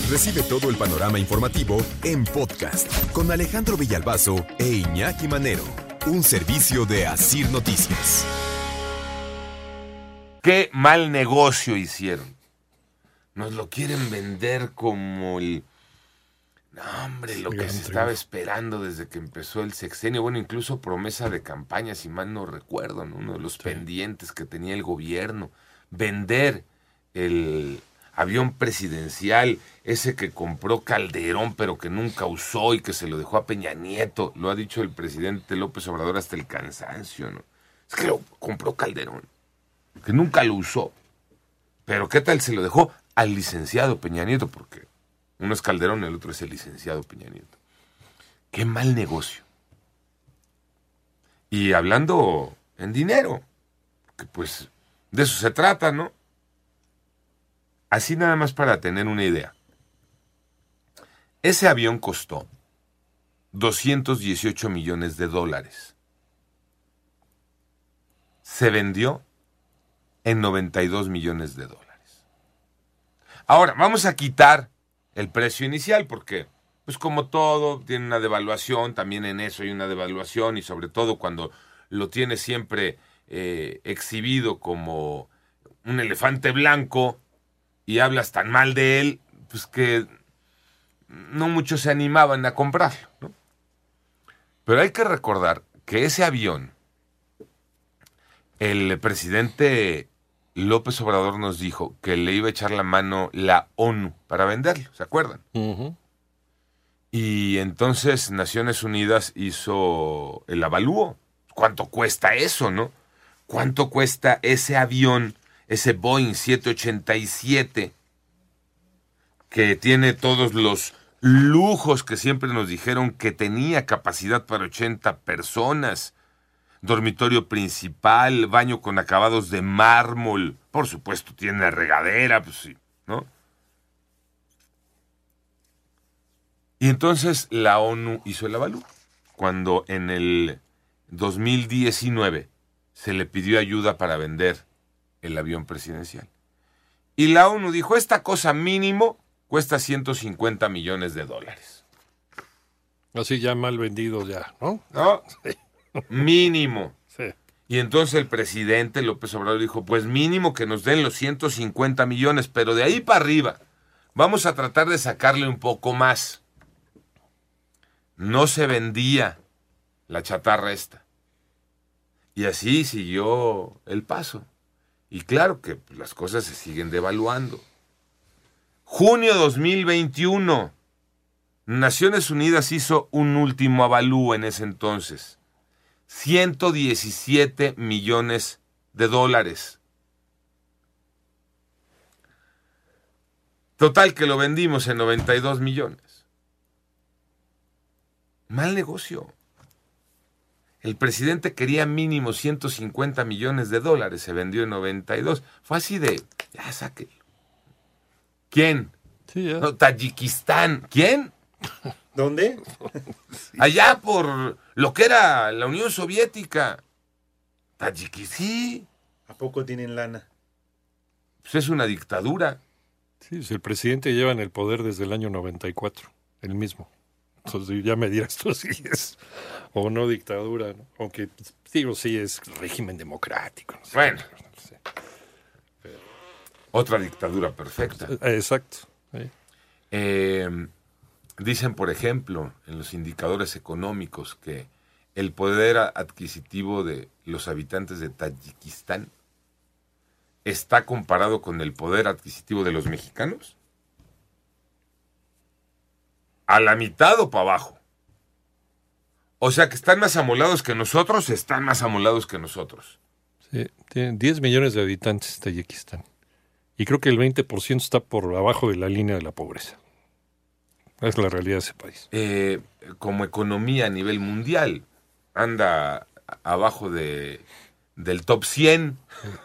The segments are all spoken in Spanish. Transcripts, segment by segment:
Recibe todo el panorama informativo en podcast con Alejandro Villalbazo e Iñaki Manero, un servicio de Asir Noticias. Qué mal negocio hicieron. Nos lo quieren vender como el... No, hombre, lo que se estaba esperando desde que empezó el sexenio. Bueno, incluso promesa de campaña, si mal no recuerdo, ¿no? Uno de los pendientes que tenía el gobierno. Vender el avión presidencial, ese que compró Calderón, pero que nunca usó y que se lo dejó a Peña Nieto. Lo ha dicho el presidente López Obrador hasta el cansancio, ¿no? Es que lo compró Calderón, que nunca lo usó. Pero ¿qué tal se lo dejó al licenciado Peña Nieto? Porque uno es Calderón y el otro es el licenciado Peña Nieto. Qué mal negocio. Y hablando en dinero, que pues de eso se trata, ¿no? Así nada más para tener una idea. Ese avión costó $218 millones. Se vendió en $92 millones. Ahora, vamos a quitar el precio inicial porque, pues como todo, tiene una devaluación, también en eso hay una devaluación y sobre todo cuando lo tiene siempre exhibido como un elefante blanco y hablas tan mal de él, pues que no muchos se animaban a comprarlo, ¿no? Pero hay que recordar que ese avión, el presidente López Obrador nos dijo que le iba a echar la mano la ONU para venderlo, ¿se acuerdan? Uh-huh. Y entonces Naciones Unidas hizo el avalúo. ¿Cuánto cuesta eso, no? ¿Cuánto cuesta ese avión, ese Boeing 787, que tiene todos los lujos que siempre nos dijeron que tenía capacidad para 80 personas? Dormitorio principal, baño con acabados de mármol, por supuesto tiene regadera, pues sí, ¿no? Y entonces la ONU hizo el avalúo, cuando en el 2019 se le pidió ayuda para vender el avión presidencial. Y la ONU dijo, esta cosa mínimo cuesta $150 millones. Así ya mal vendido ya, ¿no? ¿No? Sí. Mínimo. Sí. Y entonces el presidente López Obrador dijo, pues mínimo que nos den los 150 millones, pero de ahí para arriba vamos a tratar de sacarle un poco más. No se vendía la chatarra esta. Y así siguió el paso. Y claro que las cosas se siguen devaluando. Junio 2021, Naciones Unidas hizo un último avalúo en ese entonces. $117 millones. Total que lo vendimos en 92 millones. Mal negocio. El presidente quería mínimo $150 millones, se vendió en 92. Fue así de, ya sáquelo. ¿Quién? Sí, ya. No, Tayikistán. ¿Quién? ¿Dónde? Allá por lo que era la Unión Soviética. Tayikistán. Sí. ¿A poco tienen lana? Pues es una dictadura. Sí, el presidente lleva en el poder desde el año 94, el mismo. Entonces ya me dirás tú si es o no dictadura, ¿no? Aunque digo, sí es régimen democrático. No sé. Bueno. No sé. Pero... otra dictadura perfecta. Exacto. Sí. Dicen, por ejemplo, en los indicadores económicos que el poder adquisitivo de los habitantes de Tayikistán está comparado con el poder adquisitivo de los mexicanos. A la mitad o para abajo. O sea que están más amolados que nosotros, están más amolados que nosotros. Sí, tienen 10 millones de habitantes Tayikistán. Y creo que el 20% está por abajo de la línea de la pobreza. Es la realidad de ese país. Como economía a nivel mundial, anda abajo del top 100.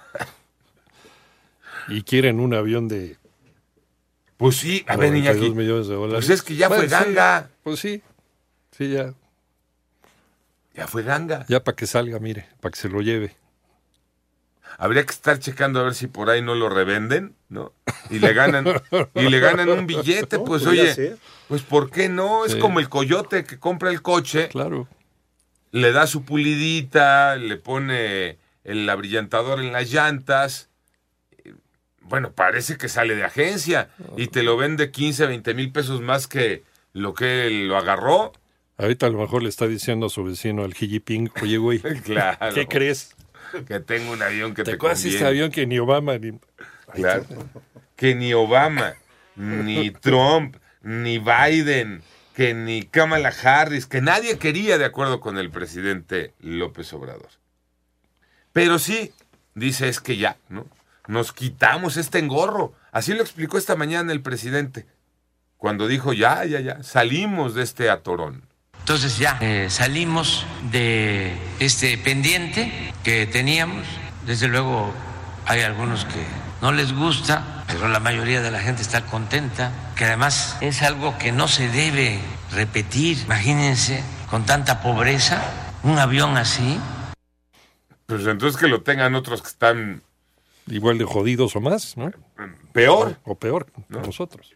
Y quieren un avión de... Pues sí, a ver, Iñaki, millones de dólares. Pues es que ya fue ganga. Sí, pues sí, ya. Ya fue ganga. Ya para que salga, mire, para que se lo lleve. Habría que estar checando a ver si por ahí no lo revenden, ¿no? Y le ganan un billete, No, pues podría oye, ser. pues ¿por qué no? Es Sí. como el coyote que compra el coche, Claro. le da su pulidita, le pone el abrillantador en las llantas. Bueno, parece que sale de agencia y te lo vende 15, 20 mil pesos más que lo que él lo agarró. Ahorita a lo mejor le está diciendo a su vecino, al Xi Jinping, oye, güey, Claro. ¿qué crees? Que tengo un avión que ¿Te te acuerdas de conviene. ese avión que ni Obama ni... Claro. Que ni Obama, ni Trump, ni Biden, que ni Kamala Harris, que nadie quería de acuerdo con el presidente López Obrador. Pero sí, dice, es que ya, ¿no? Nos quitamos este engorro. Así lo explicó esta mañana el presidente, cuando dijo, ya, salimos de este atorón. Entonces ya salimos de este pendiente que teníamos. Desde luego hay algunos que no les gusta, pero la mayoría de la gente está contenta, que además es algo que no se debe repetir. Imagínense, con tanta pobreza, un avión así. Pues entonces que lo tengan otros que están Igual de jodidos o más, ¿no? peor. O peor, ¿No? nosotros.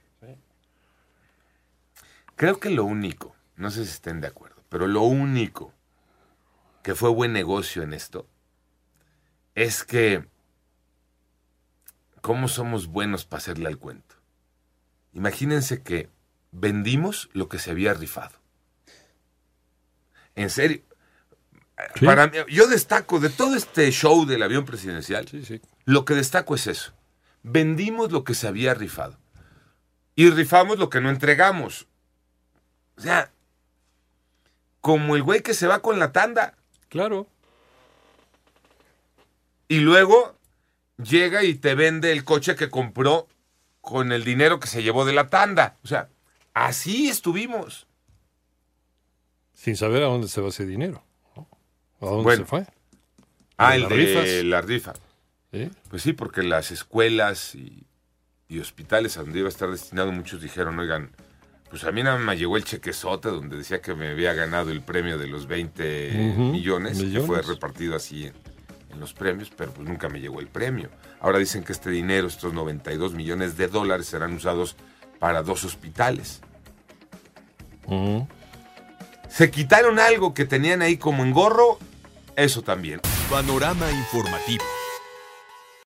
Creo que lo único, no sé si estén de acuerdo, pero lo único que fue buen negocio en esto es que cómo somos buenos para hacerle al cuento. Imagínense que vendimos lo que se había rifado. En serio. Sí. Para mí, yo destaco de todo este show del avión presidencial, Sí. lo que destaco es eso. Vendimos lo que se había rifado. Y rifamos lo que no entregamos. O sea, como el güey que se va con la tanda Claro. y luego llega y te vende el coche que compró con el dinero que se llevó de la tanda. O sea, así estuvimos. Sin saber a dónde se va ese dinero, ¿no? ¿A dónde Bueno. se fue? Ah, el las de rifas. la rifa. ¿Sí? Pues sí, porque las escuelas y hospitales a donde iba a estar destinado, muchos dijeron, oigan, pues a mí nada más me llegó el chequezote donde decía que me había ganado el premio de los 20 millones, que fue repartido así en los premios, pero pues nunca me llegó el premio. Ahora dicen que este dinero, estos 92 millones de dólares, serán usados para 2 hospitales. Ujú. Se quitaron algo que tenían ahí como engorro, eso también. Panorama informativo.